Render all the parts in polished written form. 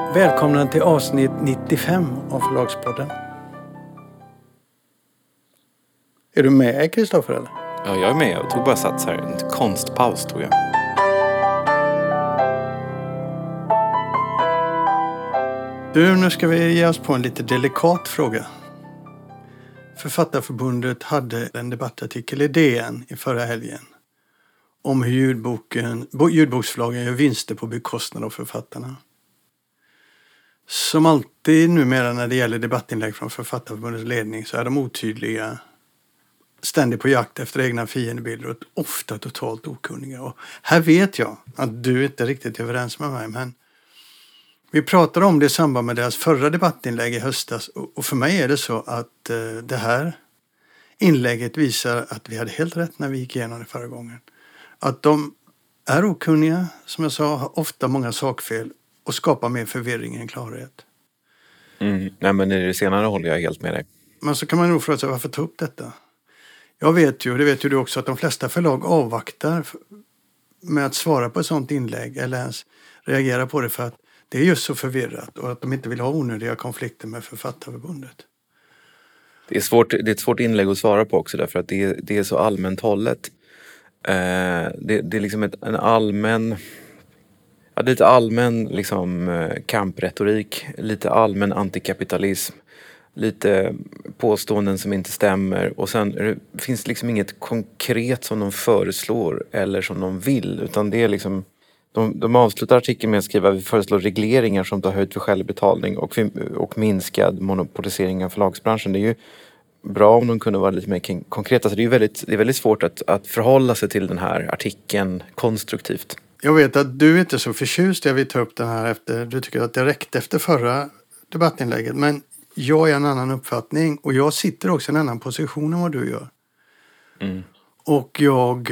Välkomna till avsnitt 95 av Förlagspodden. Är du med, Kristoffer, eller? Ja, jag är med. Jag tog bara sats här. En konstpaus, tror jag. Du, nu ska vi ge oss på en lite delikat fråga. Författarförbundet hade en debattartikel i DN i förra helgen om hur ljudboksförlagen gör vinster på bekostnad av författarna. Som alltid numera när det gäller debattinlägg från Författarförbundets ledning så är de otydliga, ständigt på jakt efter egna fiendebilder och ofta totalt okunniga. Och här vet jag att du inte är riktigt överens med mig, men vi pratade om det i samband med deras förra debattinlägg i höstas och för mig är det så att det här inlägget visar att vi hade helt rätt när vi gick igenom det förra gången. Att de är okunniga, som jag sa, har ofta många sakfel och skapar mer förvirring än klarhet. Nej, men i det senare håller jag helt med dig. Men så kan man nog fråga sig varför ta upp detta. Jag vet ju, det vet ju du också, att de flesta förlag avvaktar med att svara på ett sådant inlägg eller ens reagera på det för att det är just så förvirrat och att de inte vill ha onödiga konflikter med Författarförbundet. Det är ett svårt inlägg att svara på också därför att det är så allmänt hållet. Det är liksom en allmän... Ja, lite allmän liksom, kampretorik, lite allmän antikapitalism, lite påståenden som inte stämmer och sen finns det liksom inget konkret som de föreslår eller som de vill, utan det är liksom de avslutar artikeln med att skriva att vi föreslår regleringar som tar höjd för självbetalning och minskad monopolisering av förlagsbranschen. Det är ju bra om de kunde vara lite mer konkreta, så det är väldigt svårt att förhålla sig till den här artikeln konstruktivt. Jag vet att du inte är så förtjust, jag vill ta upp den här efter, du tycker att det räckte efter förra debattinlägget, men jag är en annan uppfattning och jag sitter också i en annan position än vad du gör. Och jag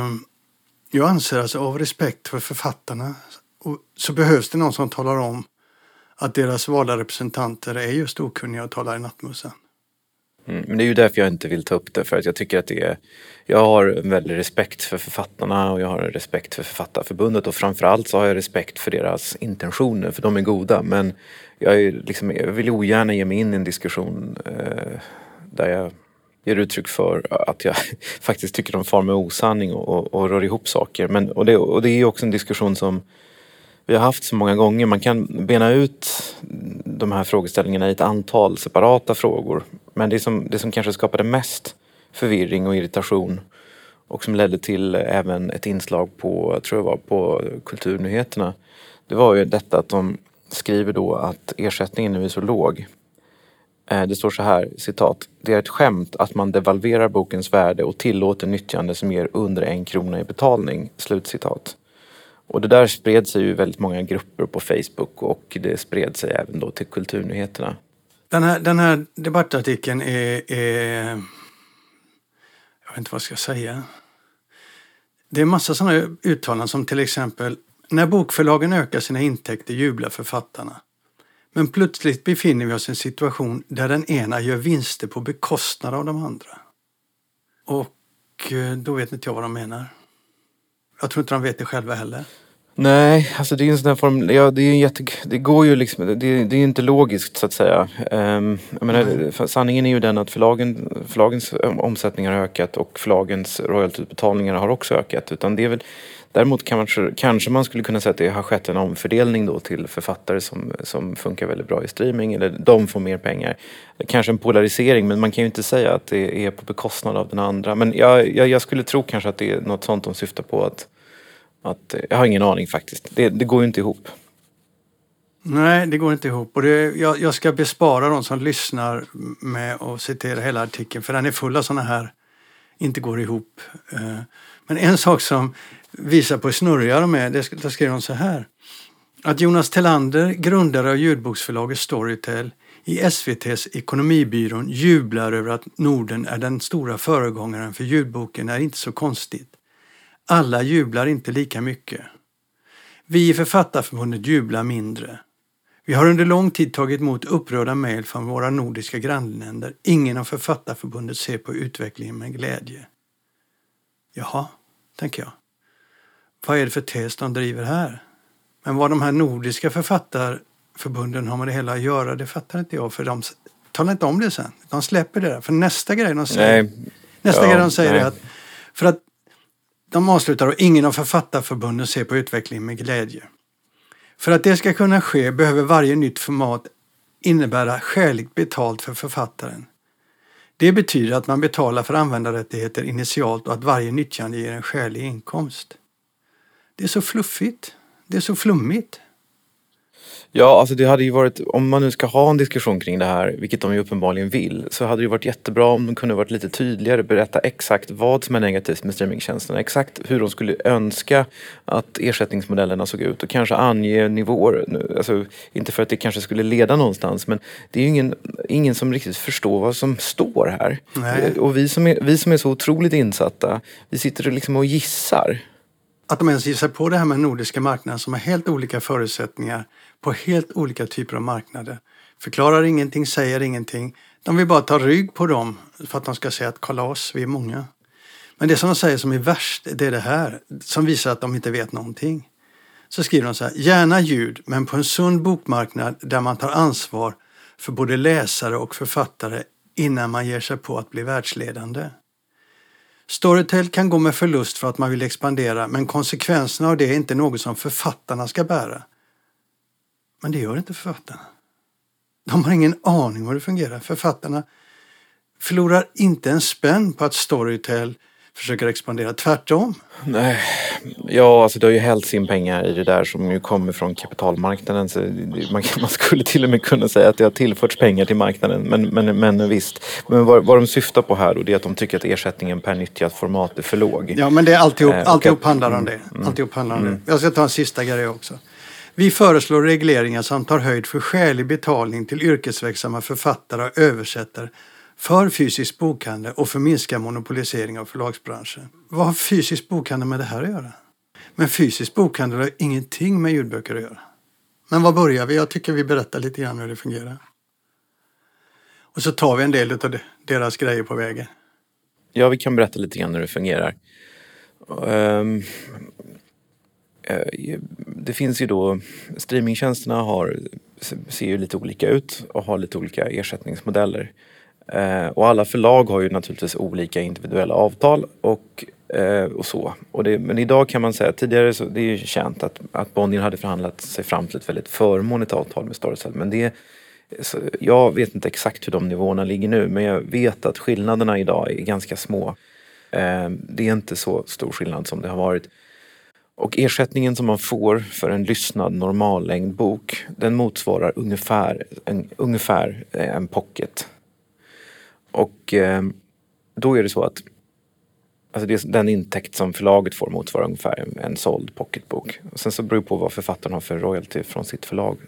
anser alltså av respekt för författarna så behövs det någon som talar om att deras valda representanter är just okunniga och talar i nattmössan. Men det är ju därför jag inte vill ta upp det, för att jag tycker att jag har en väldig respekt för författarna och jag har respekt för Författarförbundet och framförallt så har jag respekt för deras intentioner, för de är goda, men jag vill ogärna ge mig in i en diskussion där jag ger uttryck för att jag faktiskt tycker de far med osanning och rör ihop saker. Och det är också en diskussion som vi har haft så många gånger. Man kan bena ut de här frågeställningarna i ett antal separata frågor. Men det som kanske skapade mest förvirring och irritation och som ledde till även ett inslag på Kulturnyheterna, det var ju detta att de skriver då att ersättningen nu är så låg. Det står så här, citat: det är ett skämt att man devalverar bokens värde och tillåter nyttjande som ger under 1 krona i betalning, slutcitat. Och det där spred sig ju väldigt många grupper på Facebook och det spred sig även då till Kulturnyheterna. Den här debattartikeln är jag vet inte vad jag ska säga. Det är en massa sådana uttalanden som till exempel: när bokförlagen ökar sina intäkter jublar författarna. Men plötsligt befinner vi oss i en situation där den ena gör vinster på bekostnad av de andra. Och då vet inte jag vad de menar. Jag tror inte de vet det själva heller. Nej, alltså det är en sån här form, ja, det går ju liksom, det är inte logiskt så att säga. Jag menar, sanningen är ju den att förlagens omsättningar har ökat och förlagens royaltyutbetalningar har också ökat, utan det är väl, däremot kanske man skulle kunna säga att det har skett en omfördelning då till författare som funkar väldigt bra i streaming, eller de får mer pengar. Kanske en polarisering, men man kan ju inte säga att det är på bekostnad av den andra. Men jag skulle tro kanske att det är något sånt de syftar på, att jag har ingen aning faktiskt. Det går ju inte ihop. Nej, det går inte ihop. Och jag ska bespara de som lyssnar med att citera hela artikeln, för den är full av sådana här inte går ihop. Men en sak som visar på hur snurriga de är, där skriver de så här: att Jonas Tellander, grundare av ljudboksförlaget Storytel, i SVT:s Ekonomibyrån jublar över att Norden är den stora föregångaren för ljudboken är inte så konstigt. Alla jublar inte lika mycket. Vi i Författarförbundet jublar mindre. Vi har under lång tid tagit emot upprörda mejl från våra nordiska grannländer. Ingen av Författarförbundet ser på utvecklingen med glädje. Jaha, tänker jag. Vad är det för tes de driver här? Men vad de här nordiska förbunden har med det hela att göra, det fattar inte jag. För de talar inte om det sen. De släpper det där. För nästa grej de säger, är att för att de avslutar och ingen av författarförbunden ser på utvecklingen med glädje. För att det ska kunna ske behöver varje nytt format innebära skäligt betalt för författaren. Det betyder att man betalar för användarrättigheter initialt och att varje nyttjande ger en skälig inkomst. Det är så fluffigt. Det är så flummigt. Ja, alltså det hade ju varit, om man nu ska ha en diskussion kring det här, vilket de ju uppenbarligen vill, så hade det varit jättebra om de kunde varit lite tydligare, berätta exakt vad som är negativt med streamingtjänsterna, exakt hur de skulle önska att ersättningsmodellerna såg ut och kanske ange nivåer. Alltså, inte för att det kanske skulle leda någonstans, men det är ju ingen som riktigt förstår vad som står här. Nej. Och vi som är så otroligt insatta, vi sitter liksom och gissar. Att de ens ger sig på det här med nordiska marknaden som har helt olika förutsättningar på helt olika typer av marknader. Förklarar ingenting, säger ingenting. De vill bara ta rygg på dem för att de ska säga att kalas, vi är många. Men det som de säger som är värst, det är det här som visar att de inte vet någonting. Så skriver de så här: gärna ljud, men på en sund bokmarknad där man tar ansvar för både läsare och författare innan man ger sig på att bli världsledande. Storytel kan gå med förlust för att man vill expandera, men konsekvenserna av det är inte något som författarna ska bära. Men det gör inte författarna. De har ingen aning hur det fungerar. Författarna förlorar inte en spänn på att Storytel försöker expandera. Tvärtom. Nej, ja, alltså det har ju hällt sin pengar i det där som ju kommer från kapitalmarknaden. Så man skulle till och med kunna säga att det har tillförts pengar till marknaden. Men visst. Men vad de syftar på här då, det är att de tycker att ersättningen per nyttjat format är för låg. Ja, men det är alltihop handlar om det. Alltihop handlar om det. Jag ska ta en sista grej också. Vi föreslår regleringar som tar höjd för skälig betalning till yrkesverksamma författare och översättare för fysisk bokhandel och för minskad monopolisering av förlagsbranschen. Vad har fysisk bokhandel med det här att göra? Men fysisk bokhandel har ingenting med ljudböcker att göra. Men var börjar vi? Jag tycker vi berättar lite grann hur det fungerar. Och så tar vi en del av deras grejer på vägen. Ja, vi kan berätta lite grann hur det fungerar. Det finns ju då, streamingtjänsterna ser ju lite olika ut och har lite olika ersättningsmodeller. Och alla förlag har ju naturligtvis olika individuella avtal och så. Men idag kan man säga, tidigare så det är ju känt att Bonnier hade förhandlat sig fram till ett väldigt förmånligt avtal med Storytel. Men jag vet inte exakt hur de nivåerna ligger nu, men jag vet att skillnaderna idag är ganska små. Det är inte så stor skillnad som det har varit. Och ersättningen som man får för en lyssnad normallängd bok, den motsvarar ungefär en pocket. Och då är det så att alltså den intäkt som förlaget får motsvarar ungefär en såld pocketbok. Och sen så beror det på vad författaren har för royalty från sitt förlag.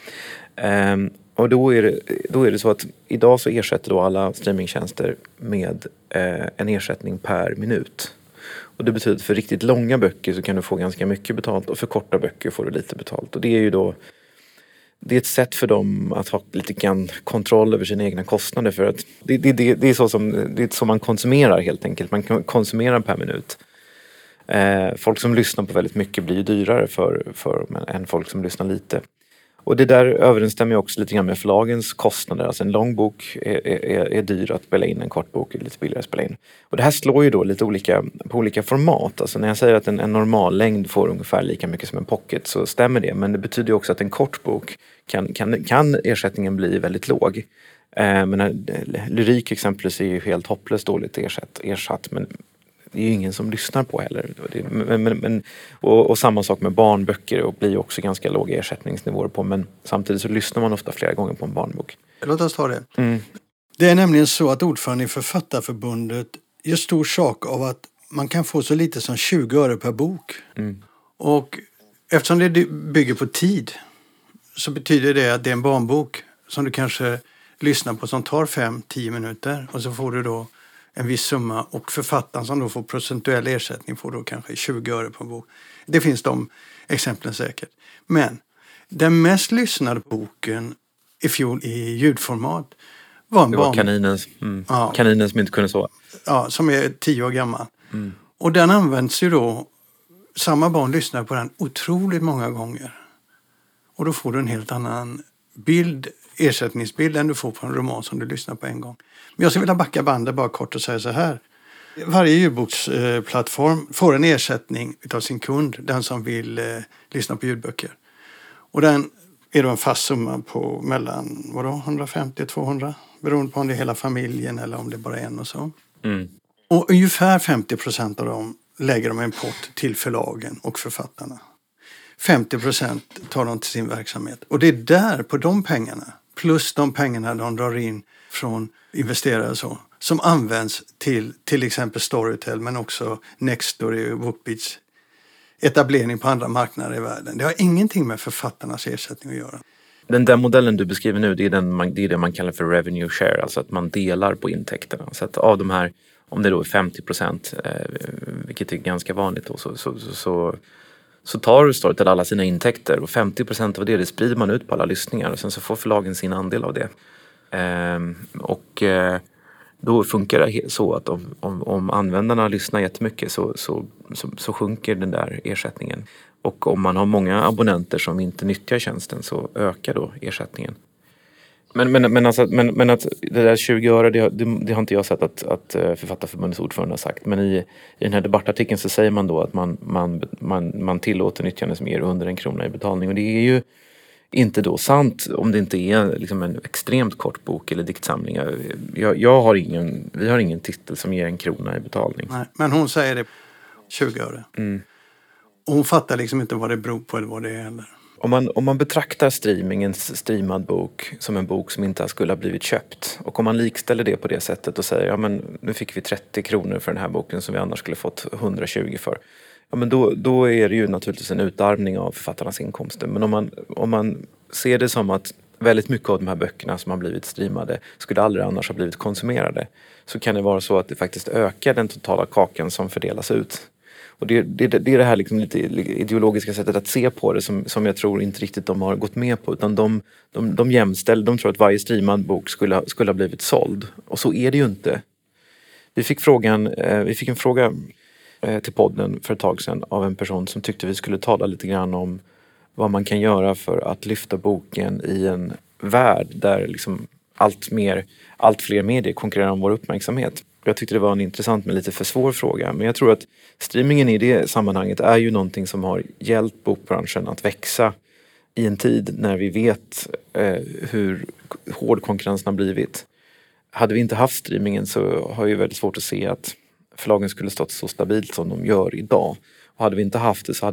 Och då är det så att idag så ersätter då alla streamingtjänster med en ersättning per minut. Och det betyder att för riktigt långa böcker så kan du få ganska mycket betalt och för korta böcker får du lite betalt. Och det är ju då, det är ett sätt för dem att ha lite grann kontroll över sina egna kostnader, för att det är så man konsumerar helt enkelt. Man kan konsumera per minut. Folk som lyssnar på väldigt mycket blir ju dyrare än folk som lyssnar lite. Och det där överensstämmer också lite grann med förlagens kostnader. Alltså en lång bok är dyr att spela in, en kort bok är lite billigare att spela in. Och det här slår ju då lite på olika format. Alltså när jag säger att en normal längd får ungefär lika mycket som en pocket så stämmer det. Men det betyder ju också att en kort bok kan ersättningen bli väldigt låg. Men lyrik exempelvis är ju helt hopplöst dåligt ersatt, men det är ju ingen som lyssnar på heller. Och samma sak med barnböcker, och blir också ganska låga ersättningsnivåer på, men samtidigt så lyssnar man ofta flera gånger på en barnbok. Låt oss ta det. Det är nämligen så att ordförande i Författarförbundet gör stor sak av att man kan få så lite som 20 öre per bok. Och eftersom det bygger på tid så betyder det att det är en barnbok som du kanske lyssnar på som tar 5-10 minuter, och så får du då en viss summa, och författaren som då får procentuell ersättning får då kanske 20 öre på en bok. Det finns de exemplen säkert. Men den mest lyssnade boken i fjol i ljudformat var en Det var Kaninens. Ja. Kaninen som inte kunde sova. Ja, som är 10 år gammal. Och den används ju då, samma barn lyssnar på den otroligt många gånger. Och då får du en helt annan ersättningsbild än du får på en roman som du lyssnar på en gång. Men jag skulle vilja backa bandet bara kort och säga så här. Varje ljudboksplattform får en ersättning av sin kund, den som vill lyssna på ljudböcker. Och den är då en fast summa på mellan 150-200, beroende på om det är hela familjen eller om det är bara en och så. Mm. Och ungefär 50% av dem lägger de en pott till förlagen och författarna. 50% tar de till sin verksamhet. Och det är där, på de pengarna, plus de pengarna de drar in från investerare och så, som används till exempel Storytel, men också Nextory och Bookbeats etablering på andra marknader i världen. Det har ingenting med författarnas ersättning att göra. Den där modellen du beskriver nu, det är det man kallar för revenue share, alltså att man delar på intäkterna. Så att av de här, om det då är 50%, vilket är ganska vanligt då, så tar Storytel alla sina intäkter och 50% av det sprider man ut på alla lyssningar och sen så får förlagen sin andel av det. Då funkar det så att om användarna lyssnar jättemycket så sjunker den där ersättningen. Och om man har många abonnenter som inte nyttjar tjänsten så ökar då ersättningen. Men att det där 20 öre, det har inte jag sett att Författarförbundets ordförande har sagt. Men i den här debattartikeln så säger man då att man tillåter nyttjande som ger under 1 krona i betalning. Och det är ju inte då sant om det inte är liksom en extremt kort bok eller diktsamling. Vi har ingen titel som ger 1 krona i betalning. Nej, men hon säger det 20 öre. Mm. Och hon fattar liksom inte vad det beror på eller vad det är heller. Om man betraktar streamingens streamad bok som en bok som inte skulle ha blivit köpt och om man likställer det på det sättet och säger ja men nu fick vi 30 kronor för den här boken som vi annars skulle fått 120 för. Ja men då är det ju naturligtvis en utarmning av författarnas inkomster. Men om man ser det som att väldigt mycket av de här böckerna som har blivit streamade skulle aldrig annars ha blivit konsumerade, så kan det vara så att det faktiskt ökar den totala kakan som fördelas ut. Och det är det här liksom lite ideologiska sättet att se på det som jag tror inte riktigt de har gått med på, utan de jämställer, de tror att varje streamad bok skulle ha blivit såld. Och så är det ju inte. Vi fick en fråga till podden för ett tag sedan av en person som tyckte vi skulle tala lite grann om vad man kan göra för att lyfta boken i en värld där liksom allt fler medier konkurrerar om vår uppmärksamhet. Jag tyckte det var en intressant men lite för svår fråga. Men jag tror att streamingen i det sammanhanget är ju någonting som har hjälpt bokbranschen att växa i en tid när vi vet hur hård konkurrensen har blivit. Hade vi inte haft streamingen så har jag väldigt svårt att se att förlagen skulle stått så stabilt som de gör idag. Och hade vi inte haft det så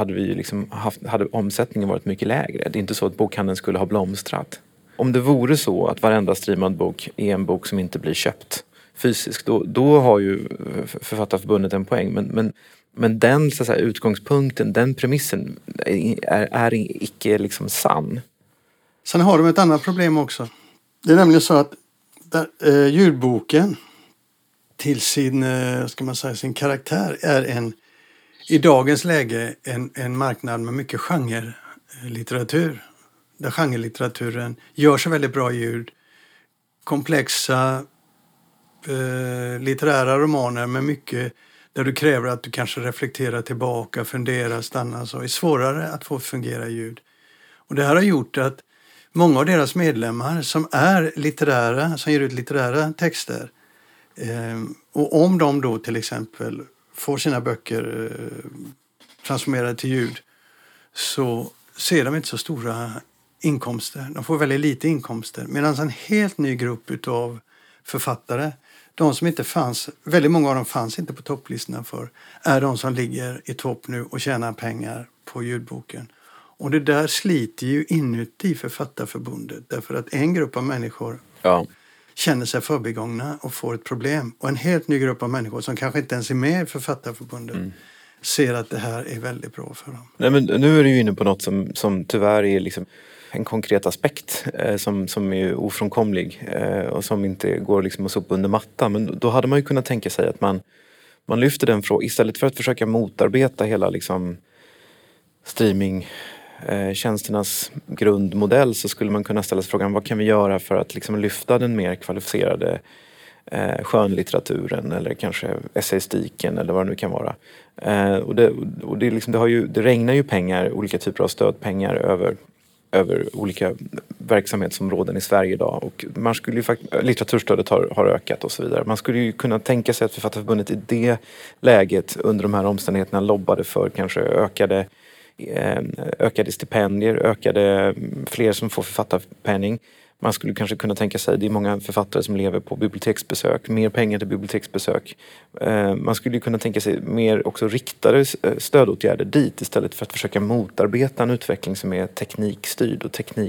hade omsättningen varit mycket lägre. Det är inte så att bokhandeln skulle ha blomstrat. Om det vore så att varenda streamad bok är en bok som inte blir köpt fysiskt, då har ju Författarförbundet en poäng. Men den så att säga, utgångspunkten, den premissen är icke liksom sann. Sen har de ett annat problem också. Det är nämligen så att ljudboken till sin karaktär är i dagens läge en marknad med mycket genrelitteratur. Där genrelitteraturen gör så väldigt bra ljud. Komplexa litterära romaner med mycket där du kräver att du kanske reflekterar tillbaka, funderar, stannar, så är svårare att få fungera ljud. Och det här har gjort att många av deras medlemmar som är litterära, som ger ut litterära texter, och om de då till exempel får sina böcker transformerade till ljud, så ser de inte så stora inkomster. De får väldigt lite inkomster. Medan en helt ny grupp utav författare, de som inte fanns, väldigt många av dem fanns inte på topplistorna för, är de som ligger i topp nu och tjänar pengar på ljudboken. Och det där sliter ju inuti Författarförbundet, därför att en grupp av människor känner sig förbigångna och får ett problem. Och en helt ny grupp av människor som kanske inte ens är med i Författarförbundet ser att det här är väldigt bra för dem. Nej, men nu är du ju inne på något som tyvärr är liksom en konkret aspekt som är ofrånkomlig och som inte går liksom att sopa under mattan. Men då hade man ju kunnat tänka sig att man lyfter den frågan istället för att försöka motarbeta hela liksom streamingtjänsternas grundmodell, så skulle man kunna ställa sig frågan, vad kan vi göra för att liksom lyfta den mer kvalificerade skönlitteraturen eller kanske essayistiken eller vad det nu kan vara. Det regnar ju pengar, olika typer av stödpengar över över olika verksamhetsområden i Sverige idag. Och man skulle ju litteraturstödet har ökat och så vidare. Man skulle ju kunna tänka sig att Författarförbundet i det läget under de här omständigheterna lobbade för kanske ökade stipendier, fler som får författarpenning. Man skulle kanske kunna tänka sig, det är många författare som lever på biblioteksbesök, mer pengar till biblioteksbesök. Man skulle kunna tänka sig mer också riktade stödåtgärder dit istället för att försöka motarbeta en utveckling som är teknikstyrd och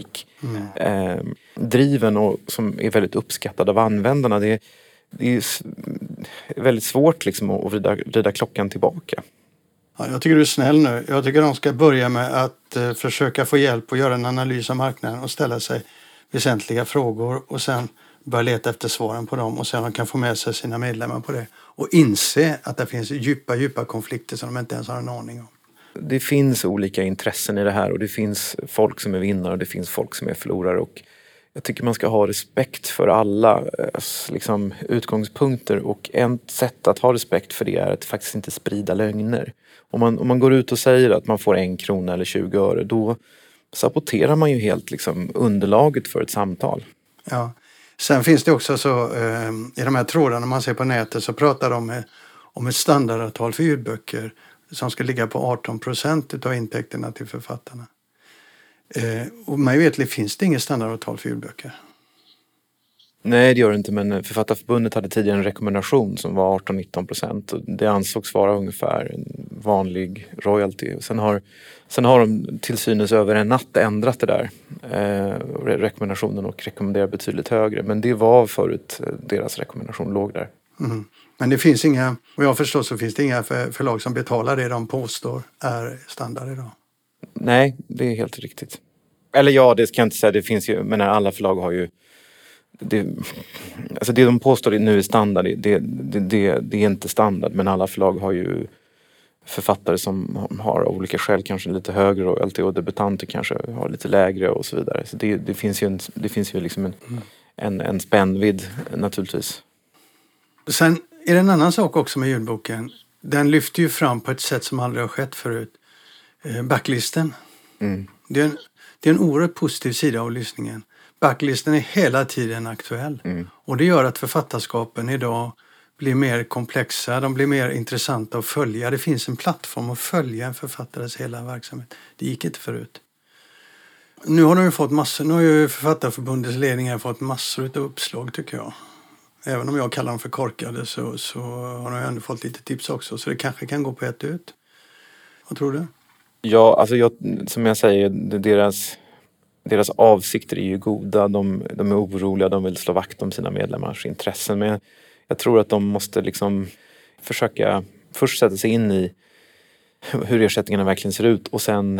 teknikdriven och som är väldigt uppskattad av användarna. Det är väldigt svårt liksom att vrida klockan tillbaka. Ja, jag tycker du är snäll nu. Jag tycker de ska börja med att försöka få hjälp och göra en analys av marknaden och ställa sig väsentliga frågor och sen börja leta efter svaren på dem och sen de kan få med sig sina medlemmar på det och inse att det finns djupa konflikter som de inte ens har en aning om. Det finns olika intressen i det här och det finns folk som är vinnare och det finns folk som är förlorare och jag tycker man ska ha respekt för alla liksom, utgångspunkter och ett sätt att ha respekt för det är att faktiskt inte sprida lögner. Om man går ut och säger att man får 1 krona eller 20 öre då saboterar man ju helt liksom, underlaget för ett samtal. Ja. Sen finns det också så i de här trådarna man ser på nätet så pratar de om ett standardavtal för ljudböcker som ska ligga på 18% av intäkterna till författarna. Och mig vetligt finns det inget standardavtal för ljudböcker. Nej, det gör det inte, men Författarförbundet hade tidigare en rekommendation som var 18-19% och det ansågs vara ungefär en vanlig royalty. Sen har de till synes över en natt ändrat det där rekommendationen och rekommenderar betydligt högre. Men det var förut deras rekommendation låg där. Mm. Men det finns inga, och jag förstår så finns det inga förlag som betalar det de påstår är standard idag. Nej, det är helt riktigt. Eller ja, det ska jag inte säga, det finns ju, men alla förlag har ju det de påstår nu är standard, det är inte standard, men alla förlag har ju författare som har av olika skäl kanske lite högre royalty och debutanter kanske har lite lägre och så vidare. Så det finns ju liksom en spännvidd naturligtvis. Sen är det en annan sak också med ljudboken. Den lyfter ju fram på ett sätt som aldrig har skett förut. Backlisten. Mm. Det är en oerhört positiv sida av lyssningen. Backlisten är hela tiden aktuell. Mm. Och det gör att författarskapen idag blir mer komplexa. De blir mer intressanta att följa. Det finns en plattform att följa en författares hela verksamhet. Det gick inte förut. Nu har de ju fått massor. Nu har ju Författarförbundets ledning fått massor av uppslag tycker jag. Även om jag kallar dem för korkade så har de ändå fått lite tips också. Så det kanske kan gå på ett ut. Vad tror du? Ja, alltså som jag säger, deras avsikter är ju goda. De är oroliga, de vill slå vakt om sina medlemmars intressen. Men jag tror att de måste liksom försöka först sätta sig in i hur ersättningarna verkligen ser ut och sen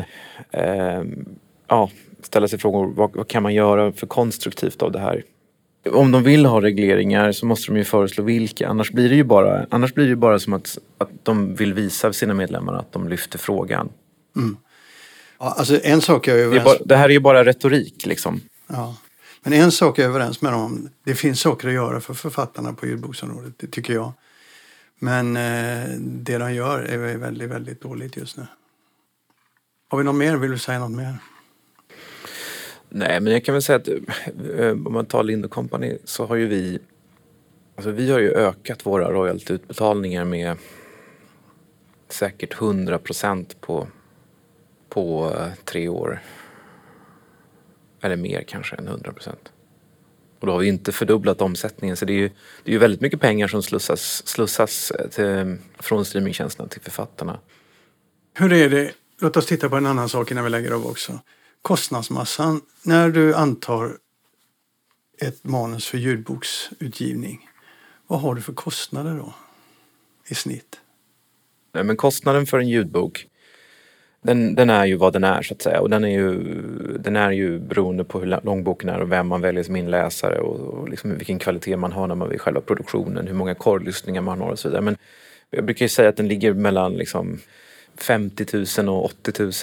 ställa sig frågor, vad kan man göra för konstruktivt av det här? Om de vill ha regleringar så måste de ju föreslå vilka. Annars blir det ju bara som att de vill visa sina medlemmar att de lyfter frågan. Mm. Ja, alltså en sak är överens. Det här är ju bara retorik liksom. Ja. Men en sak är jag överens med dem. Det finns saker att göra för författarna på ljudboksområdet, det tycker jag. Men det de gör är väldigt, väldigt dåligt just nu. Har vi något mer? Vill du säga något mer? Nej, men jag kan väl säga att om man tar Lind & Company så har ju vi har ju ökat våra royaltyutbetalningar med säkert 100% på 3 år. Eller mer kanske än 100%. Och då har vi inte fördubblat omsättningen. Så det är ju väldigt mycket pengar som slussas från streamingtjänsterna till författarna. Hur är det? Låt oss titta på en annan sak innan vi lägger av också. Kostnadsmassan. När du antar ett manus för ljudboksutgivning. Vad har du för kostnader då? I snitt? Nej, men kostnaden för en ljudbok den är ju vad den är så att säga och den är ju beroende på hur lång boken är och vem man väljer som inläsare och liksom vilken kvalitet man har när man vill själva produktionen, hur många korrlyssningar man har och så vidare. Men jag brukar ju säga att den ligger mellan liksom 50 000 och 80 000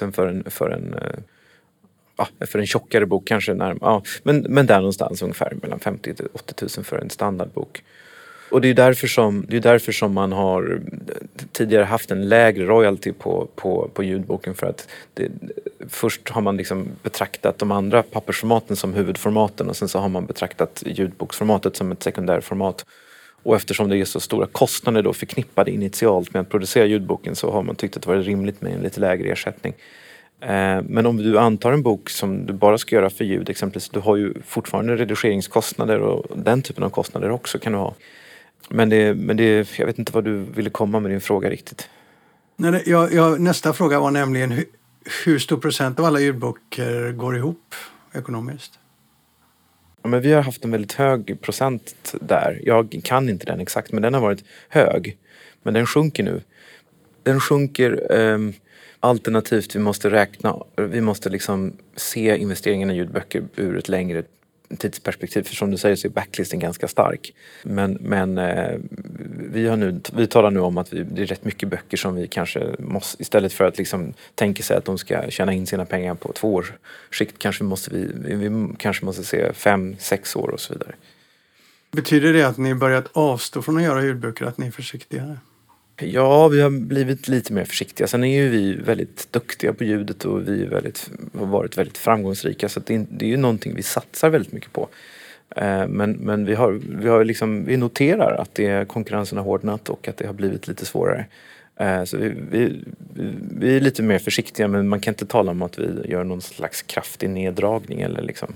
för en tjockare bok kanske men där någonstans ungefär mellan 50 000 och 80 000 för en standardbok. Och det är därför som man har tidigare haft en lägre royalty på ljudboken för att först har man liksom betraktat de andra pappersformaten som huvudformaten och sen så har man betraktat ljudboksformatet som ett sekundärformat. Och eftersom det är så stora kostnader då förknippade initialt med att producera ljudboken så har man tyckt att det var rimligt med en lite lägre ersättning. Men om du antar en bok som du bara ska göra för ljud exempelvis, du har ju fortfarande redigeringskostnader och den typen av kostnader också kan du ha. Men jag vet inte vad du ville komma med din fråga riktigt. Nej, nästa fråga var nämligen hur stor procent av alla ljudböcker går ihop ekonomiskt? Ja, men vi har haft en väldigt hög procent där. Jag kan inte den exakt, men den har varit hög. Men den sjunker nu. Den sjunker alternativt vi måste liksom se investeringarna i ljudböcker ur ett längre tidsperspektiv. För som du säger så är backlisten ganska stark. Men vi talar nu om att det är rätt mycket böcker som vi kanske måste, istället för att liksom tänka sig att de ska tjäna in sina pengar på 2 års sikt, kanske vi kanske måste se 5-6 år och så vidare. Betyder det att ni börjat avstå från att göra ljudböcker, att ni är försiktigare? Ja, vi har blivit lite mer försiktiga. Sen är ju vi väldigt duktiga på ljudet och vi har varit väldigt framgångsrika. Så det är ju någonting vi satsar väldigt mycket på. Men vi noterar att konkurrensen har hårdnat och att det har blivit lite svårare. Så vi är lite mer försiktiga, men man kan inte tala om att vi gör någon slags kraftig neddragning eller liksom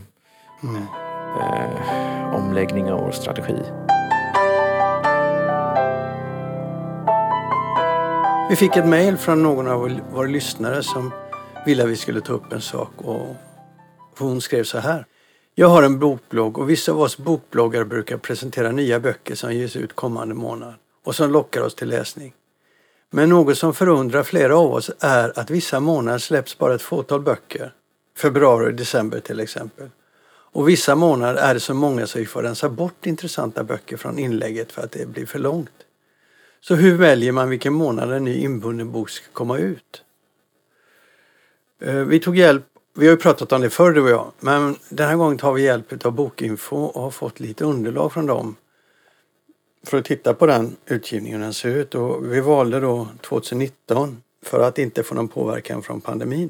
omläggning av vår strategi. Vi fick ett mejl från någon av våra lyssnare som ville att vi skulle ta upp en sak och hon skrev så här. Jag har en bokblogg och vissa av oss bokbloggar brukar presentera nya böcker som ges ut kommande månad och som lockar oss till läsning. Men något som förundrar flera av oss är att vissa månader släpps bara ett fåtal böcker. Februari och december till exempel. Och vissa månader är det så många så vi får rensa bort intressanta böcker från inlägget för att det blir för långt. Så hur väljer man vilken månad en ny inbunden bok ska komma ut? Vi tog hjälp, vi har ju pratat om det förr du och jag, men den här gången tar vi hjälp av Bokinfo och har fått lite underlag från dem för att titta på den utgivningen den ser ut. Och vi valde då 2019 för att inte få någon påverkan från pandemin.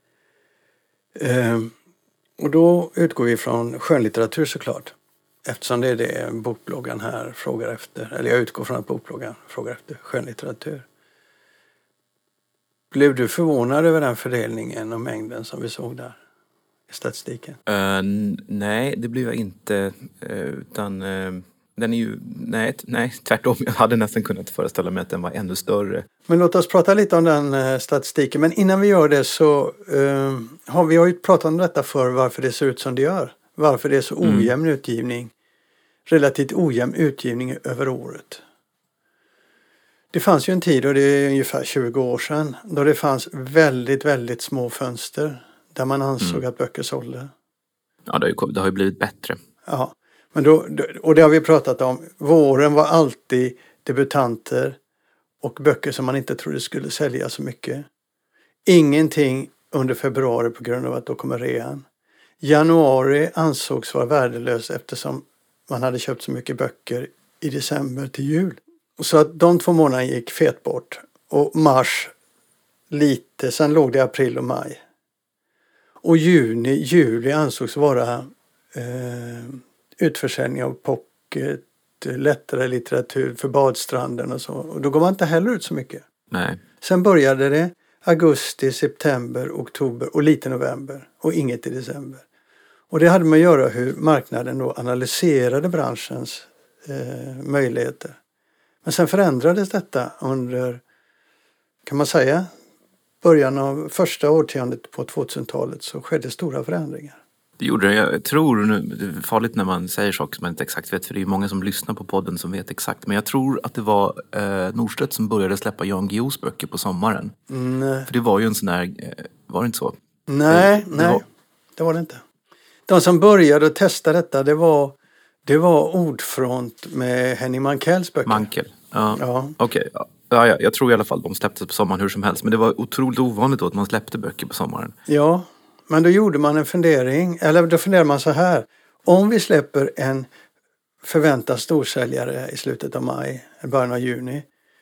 Och då utgår vi från skönlitteratur såklart. Eftersom det är det bokbloggen här frågar efter. Eller jag utgår från att bokbloggen frågar efter skönlitteratur. Blev du förvånad över den fördelningen och mängden som vi såg där i statistiken? Nej, det blev jag inte. Utan den är ju... Nej, tvärtom. Jag hade nästan kunnat föreställa mig att den var ännu större. Men låt oss prata lite om den statistiken. Men innan vi gör det så har vi ju pratat om detta för varför det ser ut som det gör. Varför det är så ojämn utgivning. Relativt ojämn utgivning över året. Det fanns ju en tid, och det är ungefär 20 år sedan, då det fanns väldigt, väldigt små fönster där man ansåg att böcker sålde. Ja, det har ju blivit bättre. Ja, men och det har vi pratat om. Våren var alltid debutanter och böcker som man inte trodde skulle sälja så mycket. Ingenting under februari på grund av att då kommer rean. Januari ansågs vara värdelös eftersom man hade köpt så mycket böcker i december till jul. Så att de 2 månaderna gick fet bort. Och mars lite, sen låg det i april och maj. Och juli ansågs vara utförsäljning av pocket, lättare litteratur för badstranden och så. Och då går man inte heller ut så mycket. Nej. Sen började det augusti, september, oktober och lite november. Och inget i december. Och det hade med att göra hur marknaden då analyserade branschens möjligheter. Men sen förändrades detta under, kan man säga, början av första årtiondet på 2000-talet så skedde stora förändringar. Det gjorde det. Jag tror nu, det är farligt när man säger saker som man inte exakt vet, för det är många som lyssnar på podden som vet exakt. Men jag tror att det var Norstedts som började släppa Jan Guillous böcker på sommaren. För det var ju en sån här, var det inte så? Nej, det var det inte. De som började att testa detta, det var Ordfront med Henning Mankells böcker. Mankel, ja. Okej. Ja, jag tror i alla fall de släpptes på sommaren hur som helst. Men det var otroligt ovanligt då att man släppte böcker på sommaren. Ja, men då gjorde man en fundering. Eller då funderade man så här. Om vi släpper en förväntad storsäljare i slutet av maj, början av juni.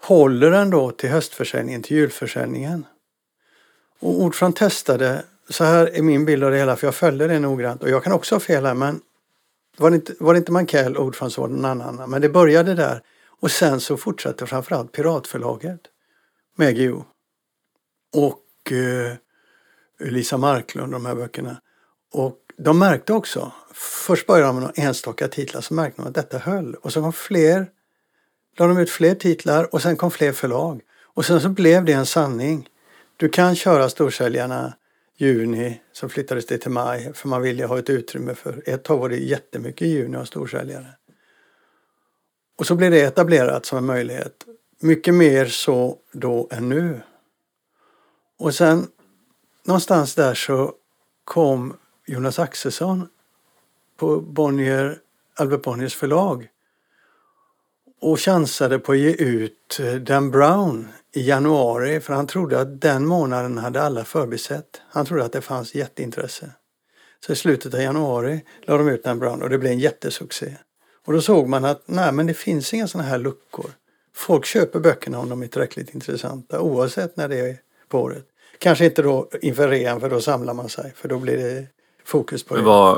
håller den då till höstförsäljningen, till julförsäljningen. Och ordförande testade, så här är min bild av det hela, för jag följde det noggrant. Och jag kan också ha fel här, men var det inte Mankell, ordförande, så var det någon annan. Men det började där. Och sen så fortsatte framförallt Piratförlaget med G.O. Och Lisa Marklund, de här böckerna. Och de märkte också, först började de med några enstaka titlar, så märkte de att detta höll. Och så kom la de ut fler titlar och sen kom fler förlag. Och sen så blev det en sanning. Du kan köra storsäljarna juni, så flyttades det till maj, för man vill ju ha ett utrymme för. Ett tag var det jättemycket juni av storsäljare. Och så blev det etablerat som en möjlighet. Mycket mer så då än nu. Och sen någonstans där så kom Jonas Axelsson på Albert Bonniers förlag och chansade på att ge ut Dan Brown i januari, för han trodde att den månaden hade alla förbisett. Han trodde att det fanns jätteintresse. Så i slutet av januari la de ut Dan Brown och det blev en jättesuccé. Och då såg man att men det finns inga sådana här luckor. Folk köper böckerna om de är tillräckligt intressanta, oavsett när det är på året. Kanske inte då inför rean, för då samlar man sig, för då blir det fokus på det.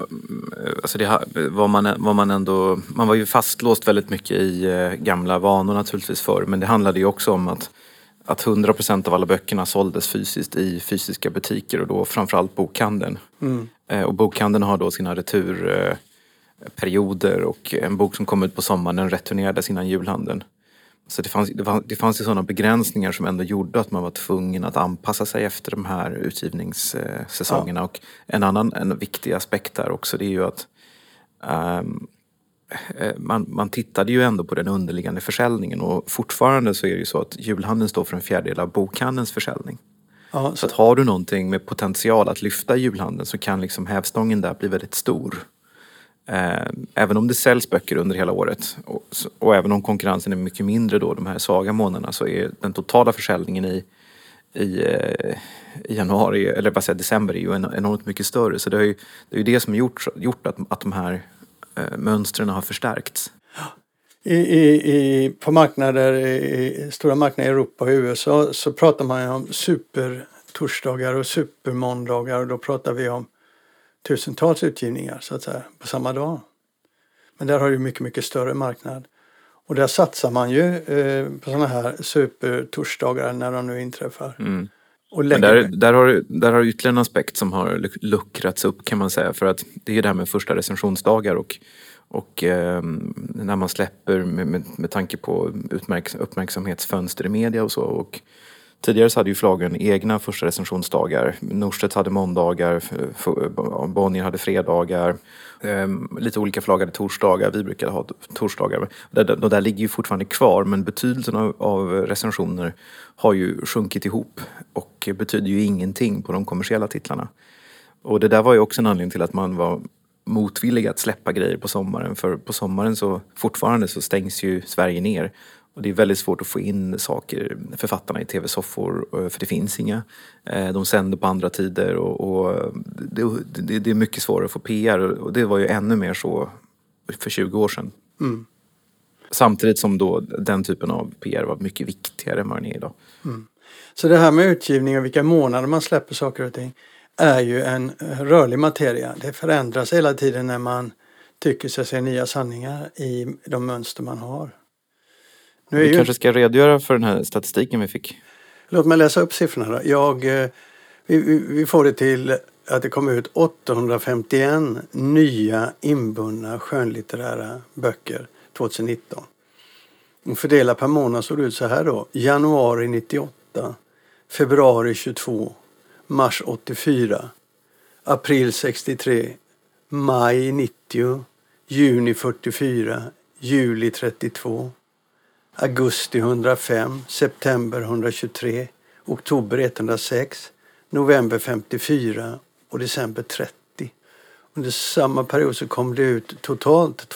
Man var ju fastlåst väldigt mycket i gamla vanor naturligtvis förr, men det handlade ju också om att 100% av alla böckerna såldes fysiskt i fysiska butiker, och då framförallt bokhandeln. Och bokhandeln har då sina returperioder, och en bok som kom ut på sommaren den returnerades innan julhandelden. Så det fanns ju sådana begränsningar som ändå gjorde att man var tvungen att anpassa sig efter de här utgivningssäsongerna. Ja. Och en viktig aspekt där också, det är ju att man tittade ju ändå på den underliggande försäljningen, och fortfarande så är det ju så att julhandeln står för en fjärdedel av bokhandelns försäljning. Ja, så att har du någonting med potential att lyfta julhandeln, så kan liksom hävstången där bli väldigt stor. Även om det säljs böcker under hela året, och även om konkurrensen är mycket mindre då de här svaga månaderna, så är den totala försäljningen i januari, eller vad säger december, är ju enormt mycket större. Så det är ju det som gjort att de här mönstren har förstärkts. På marknader, i stora marknader i Europa och USA, så pratar man ju om supertorsdagar och supermåndagar, och då pratar vi om tusentals utgivningar så att säga på samma dag. Men där har du mycket, mycket större marknad. Och där satsar man ju på sådana här supertorsdagar när de nu inträffar. Mm. Och men där har du ytterligare en aspekt som har luckrats upp, kan man säga. För att det är ju det här med första recensionsdagar och när man släpper med tanke på uppmärksamhetsfönster i media och så. Och tidigare så hade ju förlagen egna första recensionsdagar. Norstedts hade måndagar, Bonnier hade fredagar, lite olika förlag hade torsdagar, vi brukade ha torsdagar. Det där ligger ju fortfarande kvar, men betydelsen av recensioner har ju sjunkit ihop och betyder ju ingenting på de kommersiella titlarna. Och det där var ju också en anledning till att man var motvillig att släppa grejer på sommaren, för på sommaren så fortfarande så stängs ju Sverige ner. Och det är väldigt svårt att få in saker, författarna i tv-soffor, för det finns inga. De sänder på andra tider och det är mycket svårare att få PR, och det var ju ännu mer så för 20 år sedan. Mm. Samtidigt som då den typen av PR var mycket viktigare än vad den är idag. Mm. Så det här med utgivning och vilka månader man släpper saker och ting är ju en rörlig materia. Det förändras hela tiden när man tycker sig se nya sanningar i de mönster man har. Vi kanske ska redogöra för den här statistiken vi fick. Låt mig läsa upp siffrorna då. Vi får det till att det kom ut 851 nya inbundna skönlitterära böcker 2019. Och fördelat per månad såg det ut så här då. Januari 98, februari 22, mars 84, april 63, maj 90, juni 44, juli 32, augusti 105, september 123, oktober 106, november 54 och december 30. Under samma period så kom det ut totalt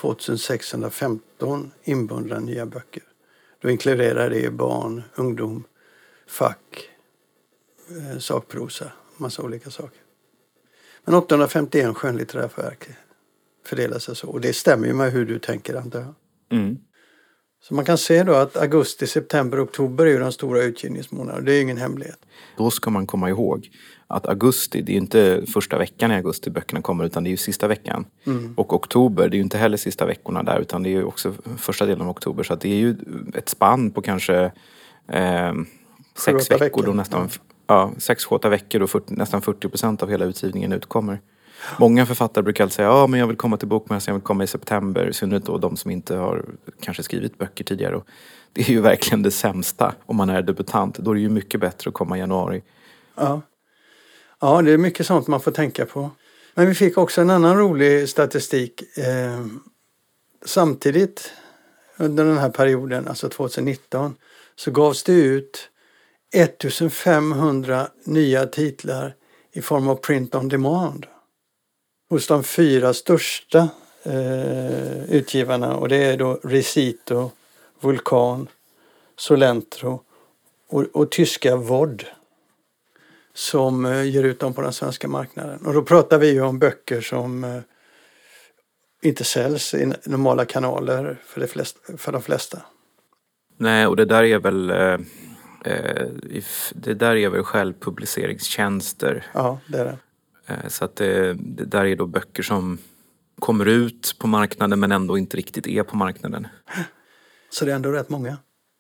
2615 inbundna nya böcker. Då inkluderar det barn, ungdom, fack, sakprosa, massa olika saker. Men 851 skönlitterära verk fördelar sig så. Och det stämmer ju med hur du tänker, antar jag. Mm. Så man kan se då att augusti, september, oktober är ju de stora utgivningsmånaderna. Det är ju ingen hemlighet. Då ska man komma ihåg att augusti, det är ju inte första veckan i augusti böckerna kommer, utan det är ju sista veckan. Och oktober, det är ju inte heller sista veckorna där, utan det är ju också första delen av oktober. Så att det är ju ett spann på kanske 6 veckor då nästan... Ja, 6-8 veckor och nästan 40% av hela utgivningen utkommer. Många författare brukar säga men jag vill komma till bokmässan, jag vill komma i september. I synnerhet då de som inte har kanske skrivit böcker tidigare. Och det är ju verkligen det sämsta om man är debutant. Då är det ju mycket bättre att komma i januari. Ja, det är mycket sånt man får tänka på. Men vi fick också en annan rolig statistik. Samtidigt under den här perioden, alltså 2019, så gavs det ut 1500 nya titlar i form av print on demand hos de 4 största utgivarna, och det är då Recito, Vulkan, Solentro och tyska Vod som ger ut dem på den svenska marknaden. Och då pratar vi ju om böcker som inte säljs i normala kanaler för de flesta. Nej, och det där är väl självpubliceringstjänster. Ja, det är det. Så att det där är då böcker som kommer ut på marknaden men ändå inte riktigt är på marknaden. Så det är ändå rätt många.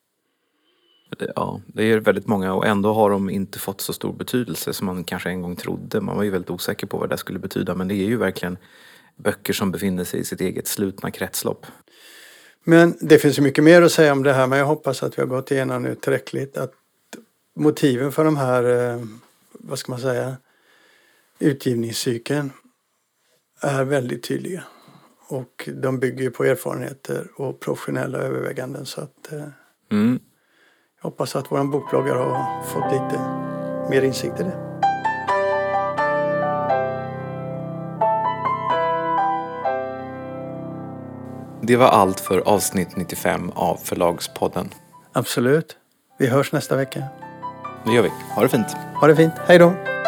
Ja, det är väldigt många, och ändå har de inte fått så stor betydelse som man kanske en gång trodde. Man var ju väldigt osäker på vad det skulle betyda, men det är ju verkligen böcker som befinner sig i sitt eget slutna kretslopp. Men det finns ju mycket mer att säga om det här, men jag hoppas att vi har gått igenom nu tillräckligt. Att motiven för de här, vad ska man säga, utgivningscykeln är väldigt tydliga. Och de bygger ju på erfarenheter och professionella överväganden. Så att jag hoppas att våran bokbloggare har fått lite mer insikt i det. Det var allt för avsnitt 95 av Förlagspodden. Absolut. Vi hörs nästa vecka. Det gör vi. Ha det fint. Ha det fint. Hej då.